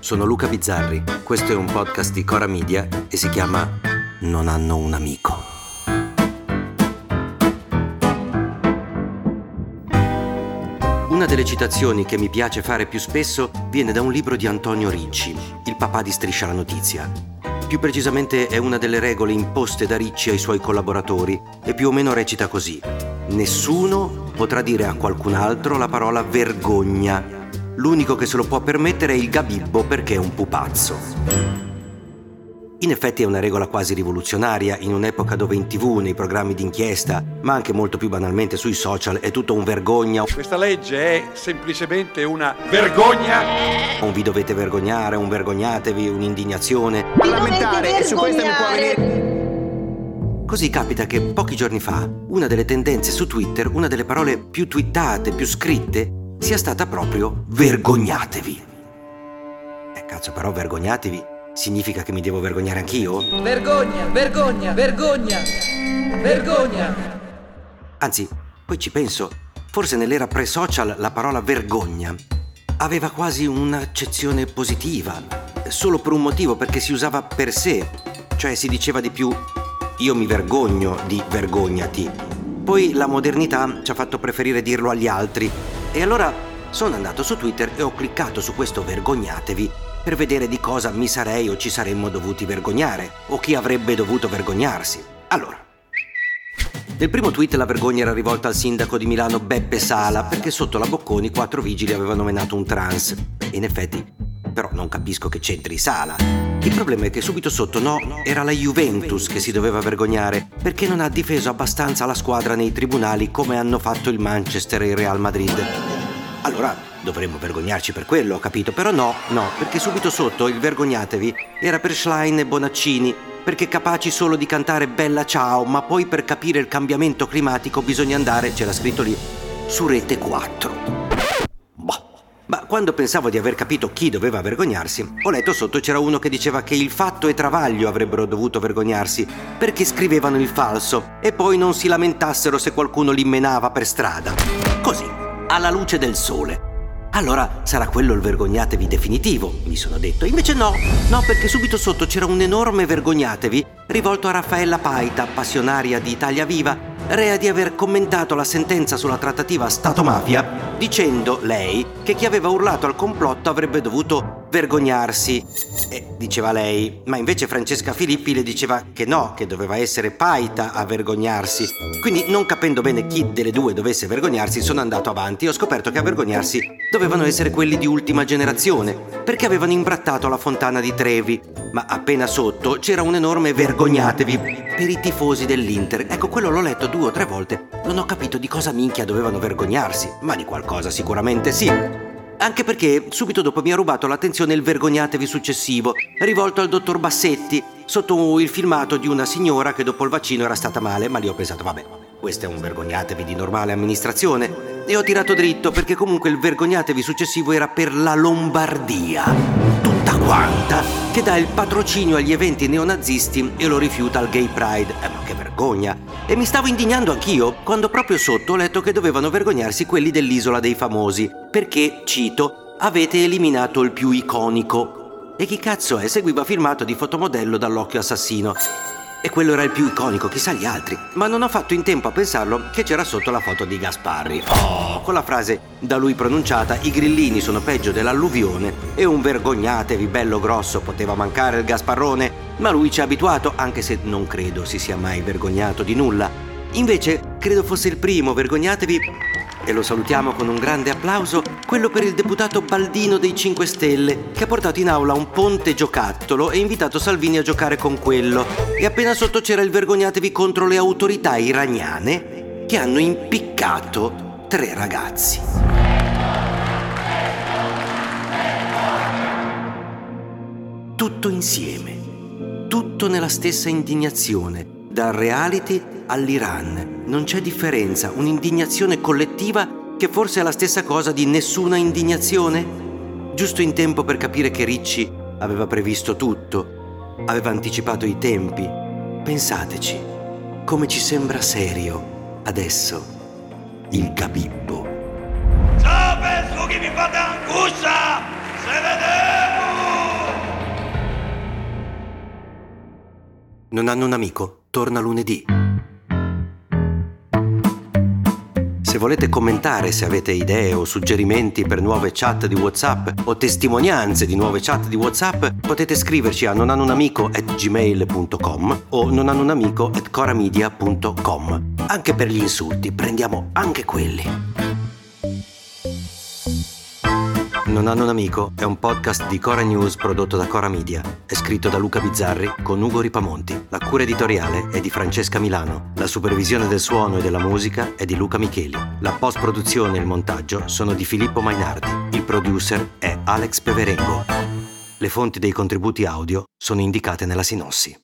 sono Luca Bizzarri, questo è un podcast di Cora Media e si chiama Non hanno un amico. Una delle citazioni che mi piace fare più spesso viene da un libro di Antonio Ricci, il papà di Striscia la Notizia. Più precisamente è una delle regole imposte da Ricci ai suoi collaboratori e più o meno recita così: nessuno potrà dire a qualcun altro la parola vergogna. L'unico che se lo può permettere è il Gabibbo perché è un pupazzo. In effetti è una regola quasi rivoluzionaria in un'epoca dove in TV, nei programmi d'inchiesta, ma anche molto più banalmente sui social, è tutto un vergogna. Questa legge è semplicemente una vergogna. Un vi dovete vergognare, un vergognatevi, un'indignazione. Parlamentare, e su questo mi può venire. Così capita che pochi giorni fa una delle tendenze su Twitter, una delle parole più twittate, più scritte, sia stata proprio vergognatevi. Cazzo, però vergognatevi significa che mi devo vergognare anch'io? Vergogna, vergogna, vergogna, vergogna. Anzi, poi ci penso, forse nell'era pre-social la parola vergogna aveva quasi un'accezione positiva, solo per un motivo, perché si usava per sé, cioè si diceva di più io mi vergogno di vergognati. Poi la modernità ci ha fatto preferire dirlo agli altri e allora sono andato su Twitter e ho cliccato su questo vergognatevi per vedere di cosa mi sarei o ci saremmo dovuti vergognare o chi avrebbe dovuto vergognarsi. Allora, nel primo tweet la vergogna era rivolta al sindaco di Milano Beppe Sala perché sotto la Bocconi 4 vigili avevano menato un trans. E in effetti, però non capisco che c'entri Sala. Il problema è che subito sotto era la Juventus che si doveva vergognare perché non ha difeso abbastanza la squadra nei tribunali come hanno fatto il Manchester e il Real Madrid. Allora dovremmo vergognarci per quello, ho capito, però no, perché subito sotto il vergognatevi era per Schlein e Bonaccini, perché capaci solo di cantare Bella Ciao, ma poi per capire il cambiamento climatico bisogna andare, c'era scritto lì, su Rete 4. Ma quando pensavo di aver capito chi doveva vergognarsi, ho letto sotto c'era uno che diceva che il Fatto e Travaglio avrebbero dovuto vergognarsi perché scrivevano il falso e poi non si lamentassero se qualcuno li menava per strada. Così, alla luce del sole. Allora sarà quello il vergognatevi definitivo, mi sono detto. Invece no, perché subito sotto c'era un enorme vergognatevi rivolto a Raffaella Paita, passionaria di Italia Viva, rea di aver commentato la sentenza sulla trattativa Stato-mafia, dicendo lei che chi aveva urlato al complotto avrebbe dovuto vergognarsi. Diceva lei, ma invece Francesca Filippi le diceva che no, che doveva essere Paita a vergognarsi. Quindi, non capendo bene chi delle due dovesse vergognarsi, sono andato avanti e ho scoperto che a vergognarsi dovevano essere quelli di ultima generazione, perché avevano imbrattato la fontana di Trevi. Ma appena sotto c'era un enorme vergognatevi per i tifosi dell'Inter. Ecco, quello l'ho letto 2 o 3 volte, non ho capito di cosa minchia dovevano vergognarsi, ma di qualcosa sicuramente sì. Anche perché subito dopo mi ha rubato l'attenzione il vergognatevi successivo, rivolto al dottor Bassetti, sotto il filmato di una signora che dopo il vaccino era stata male, ma lì ho pensato, vabbè, questo è un vergognatevi di normale amministrazione, e ho tirato dritto perché comunque il vergognatevi successivo era per la Lombardia, tutta quanta, che dà il patrocinio agli eventi neonazisti e lo rifiuta al Gay Pride. Ma che vergogna! E mi stavo indignando anch'io quando proprio sotto ho letto che dovevano vergognarsi quelli dell'Isola dei Famosi perché, cito, avete eliminato il più iconico. E chi cazzo è? Seguiva firmato di fotomodello dall'occhio assassino. E quello era il più iconico, chissà gli altri. Ma non ho fatto in tempo a pensarlo che c'era sotto la foto di Gasparri. Con la frase da lui pronunciata, i grillini sono peggio dell'alluvione e un vergognatevi bello grosso, poteva mancare il Gasparrone, ma lui ci ha abituato, anche se non credo si sia mai vergognato di nulla. Invece, credo fosse il primo vergognatevi, e lo salutiamo con un grande applauso, quello per il deputato Baldino dei 5 Stelle, che ha portato in aula un ponte giocattolo e invitato Salvini a giocare con quello. E appena sotto c'era il vergognatevi contro le autorità iraniane che hanno impiccato 3 ragazzi. Tutto insieme, tutto nella stessa indignazione, dal reality all'Iran. Non c'è differenza, un'indignazione collettiva che forse è la stessa cosa di nessuna indignazione? Giusto in tempo per capire che Ricci aveva previsto tutto, aveva anticipato i tempi. Pensateci, come ci sembra serio adesso il Gabibbo. Ciao, penso che mi fate angoscia! Se vedemo! Non hanno un amico torna lunedì. Se volete commentare, se avete idee o suggerimenti per nuove chat di WhatsApp o testimonianze di nuove chat di WhatsApp, potete scriverci a nonhannounamico@gmail.com o nonhannounamico@coramedia.com. Anche per gli insulti, prendiamo anche quelli. Non hanno un amico è un podcast di Cora News prodotto da Cora Media. È scritto da Luca Bizzarri con Ugo Ripamonti. La cura editoriale è di Francesca Milano. La supervisione del suono e della musica è di Luca Micheli. La post-produzione e il montaggio sono di Filippo Mainardi. Il producer è Alex Peverengo. Le fonti dei contributi audio sono indicate nella sinossi.